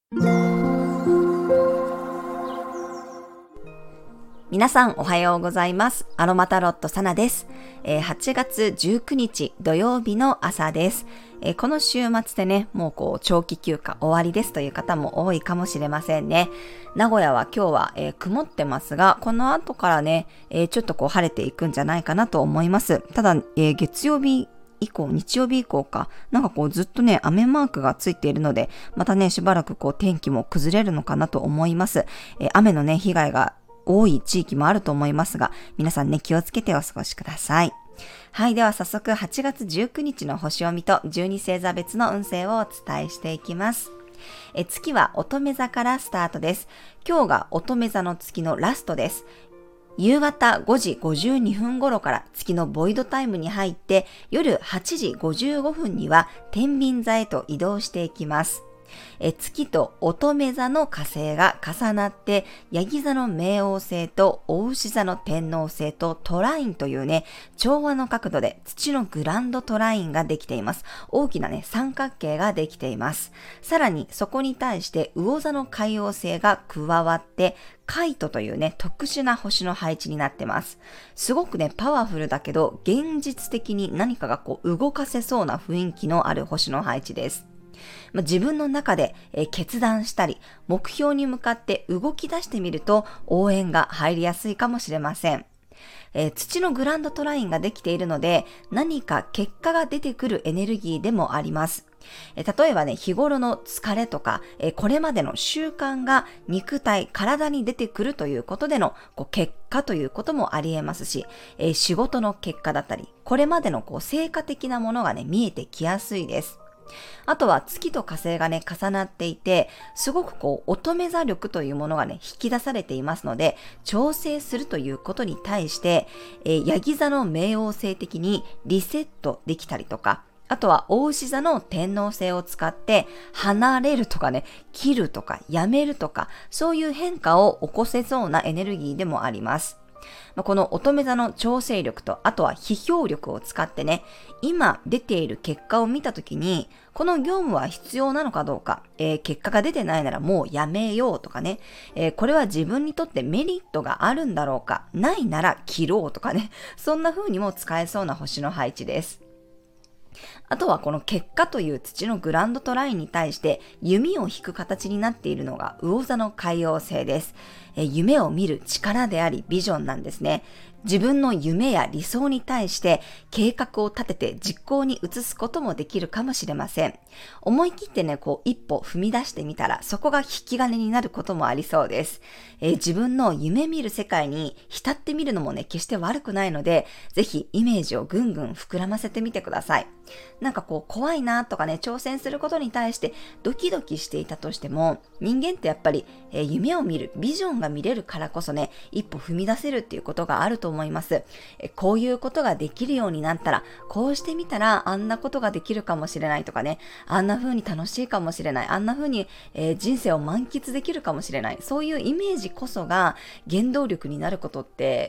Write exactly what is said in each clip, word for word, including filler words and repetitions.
皆さんおはようございます。アロマタロットサナです。えー、はちがつじゅうくにち土曜日の朝です。えー、この週末でね、もうこう長期休暇終わりですという方も多いかもしれませんね。名古屋は今日は、えー、曇ってますが、この後からね、えー、ちょっとこう晴れていくんじゃないかなと思います。ただ、えー、月曜日以降、日曜日以降か、なんかこうずっとね、雨マークがついているので、またね、しばらくこう天気も崩れるのかなと思います。えー、雨のね、被害が多い地域もあると思いますが、皆さんね、気をつけてお過ごしください。はい、では早速はちがつじゅうくにちの星読みとじゅうに星座別の運勢をお伝えしていきます。え月は乙女座からスタートです。今日が乙女座の月のラストです。夕方ごじごじゅうにふん頃から月のボイドタイムに入って、夜はちじごじゅうごふんには天秤座へと移動していきます。え月と乙女座の火星が重なって、ヤギ座の冥王星と牡牛座の天王星とトラインというね、調和の角度で土のグランドトラインができています。大きなね、三角形ができています。さらにそこに対して魚座の海王星が加わって、カイトというね、特殊な星の配置になってます。すごくね、パワフルだけど、現実的に何かがこう動かせそうな雰囲気のある星の配置です。まあ、自分の中で、えー、決断したり、目標に向かって動き出してみると応援が入りやすいかもしれません。えー、土のグランドトラインができているので、何か結果が出てくるエネルギーでもあります。えー、例えばね、日頃の疲れとか、えー、これまでの習慣が肉体、体に出てくるということでのこう結果ということもあり得ますし、えー、仕事の結果だったり、これまでのこう成果的なものがね、見えてきやすいです。あとは月と火星がね、重なっていて、すごくこう、乙女座力というものがね、引き出されていますので、調整するということに対して、えー、ヤギ座の冥王星的にリセットできたりとか、あとは牡牛座の天王星を使って離れるとかね、切るとかやめるとか、そういう変化を起こせそうなエネルギーでもあります。この乙女座の調整力と、あとは批評力を使ってね、今出ている結果を見たときに、この業務は必要なのかどうか、えー、結果が出てないならもうやめようとかね、えー、これは自分にとってメリットがあるんだろうか、ないなら切ろうとかね、そんな風にも使えそうな星の配置です。あとはこの結果という土のグランドトラインに対して弓を引く形になっているのが魚座の海王星です。え夢を見る力でありビジョンなんですね。自分の夢や理想に対して計画を立てて実行に移すこともできるかもしれません。思い切ってね、こう一歩踏み出してみたらそこが引き金になることもありそうです。えー、自分の夢見る世界に浸ってみるのもね、決して悪くないので、ぜひイメージをぐんぐん膨らませてみてください。なんかこう怖いなとかね、挑戦することに対してドキドキしていたとしても、人間ってやっぱり、えー、夢を見る、ビジョンが見れるからこそね、一歩踏み出せるっていうことがあると思います。えー、こういうことができるようになったら、こうしてみたらあんなことができるかもしれないとかね、あんな風に楽しいかもしれない、あんな風に、えー、人生を満喫できるかもしれない、そういうイメージこそが原動力になることって、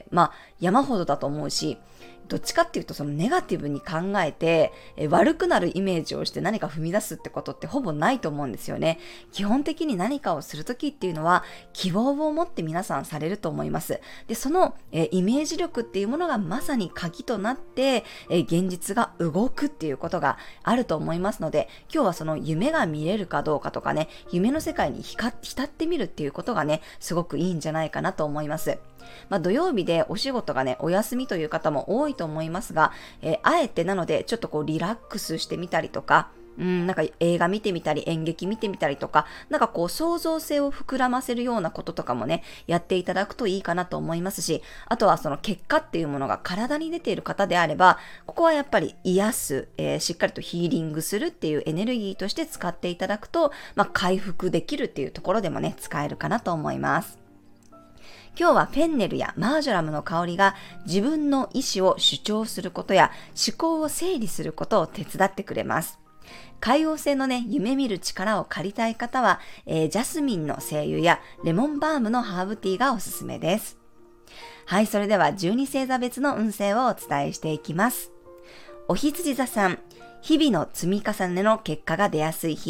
まあ山ほどだと思うし、どっちかっていうとそのネガティブに考えてえ悪くなるイメージをして何か踏み出すってことってほぼないと思うんですよね。基本的に何かをするときっていうのは希望を持って皆さんされると思います。で、そのえイメージ力っていうものがまさに鍵となってえ現実が動くっていうことがあると思いますので、今日はその夢が見れるかどうかとかね、夢の世界に浸ってみるっていうことがね、すごくいいんじゃないかなと思います。まあ、土曜日でお仕事がね、お休みという方も多いと思いますが、えー、あえてなのでちょっとこうリラックスしてみたりとか、うん、なんか映画見てみたり演劇見てみたりとか、なんかこう創造性を膨らませるようなこととかもね、やっていただくといいかなと思いますし、あとはその結果っていうものが体に出ている方であれば、ここはやっぱり癒す、えー、しっかりとヒーリングするっていうエネルギーとして使っていただくと、まあ、回復できるっていうところでもね、使えるかなと思います。今日はフェンネルやマージョラムの香りが自分の意思を主張することや思考を整理することを手伝ってくれます。海王星のね、夢見る力を借りたい方は、えー、ジャスミンの精油やレモンバームのハーブティーがおすすめです。はい、それではじゅうに星座別の運勢をお伝えしていきます。お羊座さん、日々の積み重ねの結果が出やすい日、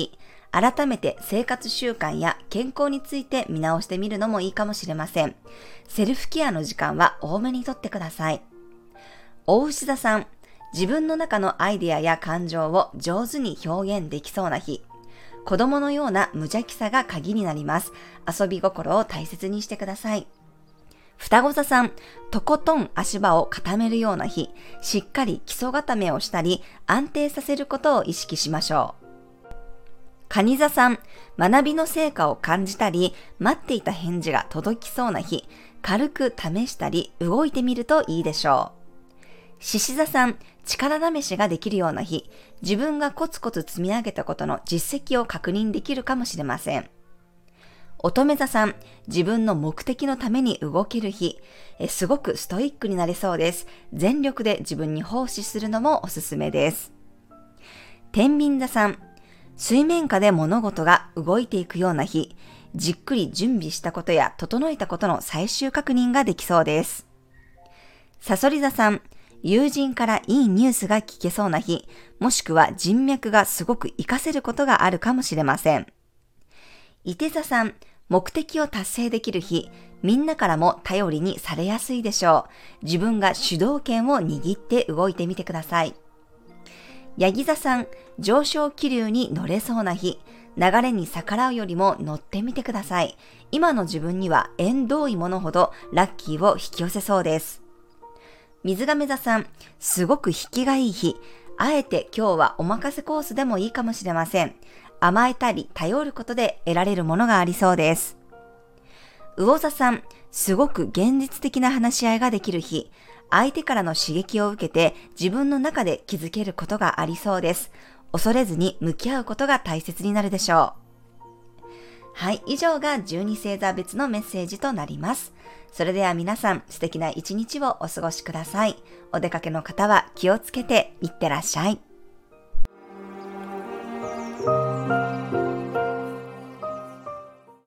改めて生活習慣や健康について見直してみるのもいいかもしれません。セルフケアの時間は多めにとってください。お牛座さん、自分の中のアイデアや感情を上手に表現できそうな日。子供のような無邪気さが鍵になります。遊び心を大切にしてください。双子座さん、とことん足場を固めるような日、しっかり基礎固めをしたり、安定させることを意識しましょう。蟹座さん、学びの成果を感じたり、待っていた返事が届きそうな日、軽く試したり、動いてみるといいでしょう。獅子座さん、力試しができるような日、自分がコツコツ積み上げたことの実績を確認できるかもしれません。乙女座さん、自分の目的のために動ける日、えすごくストイックになれそうです。全力で自分に奉仕するのもおすすめです。天秤座さん、水面下で物事が動いていくような日、じっくり準備したことや整えたことの最終確認ができそうです。蠍座さん、友人からいいニュースが聞けそうな日、もしくは人脈がすごく活かせることがあるかもしれません。射手座さん、目的を達成できる日、みんなからも頼りにされやすいでしょう。自分が主導権を握って動いてみてください。ヤギ座さん、上昇気流に乗れそうな日、流れに逆らうよりも乗ってみてください。今の自分には縁遠いものほどラッキーを引き寄せそうです。水亀座さん、すごく引きがいい日、あえて今日はお任せコースでもいいかもしれません。甘えたり頼ることで得られるものがありそうです。魚座さん、すごく現実的な話し合いができる日、相手からの刺激を受けて自分の中で気づけることがありそうです。恐れずに向き合うことが大切になるでしょう。はい、以上がじゅうに星座別のメッセージとなります。それでは皆さん、素敵な一日をお過ごしください。お出かけの方は気をつけていってらっしゃい。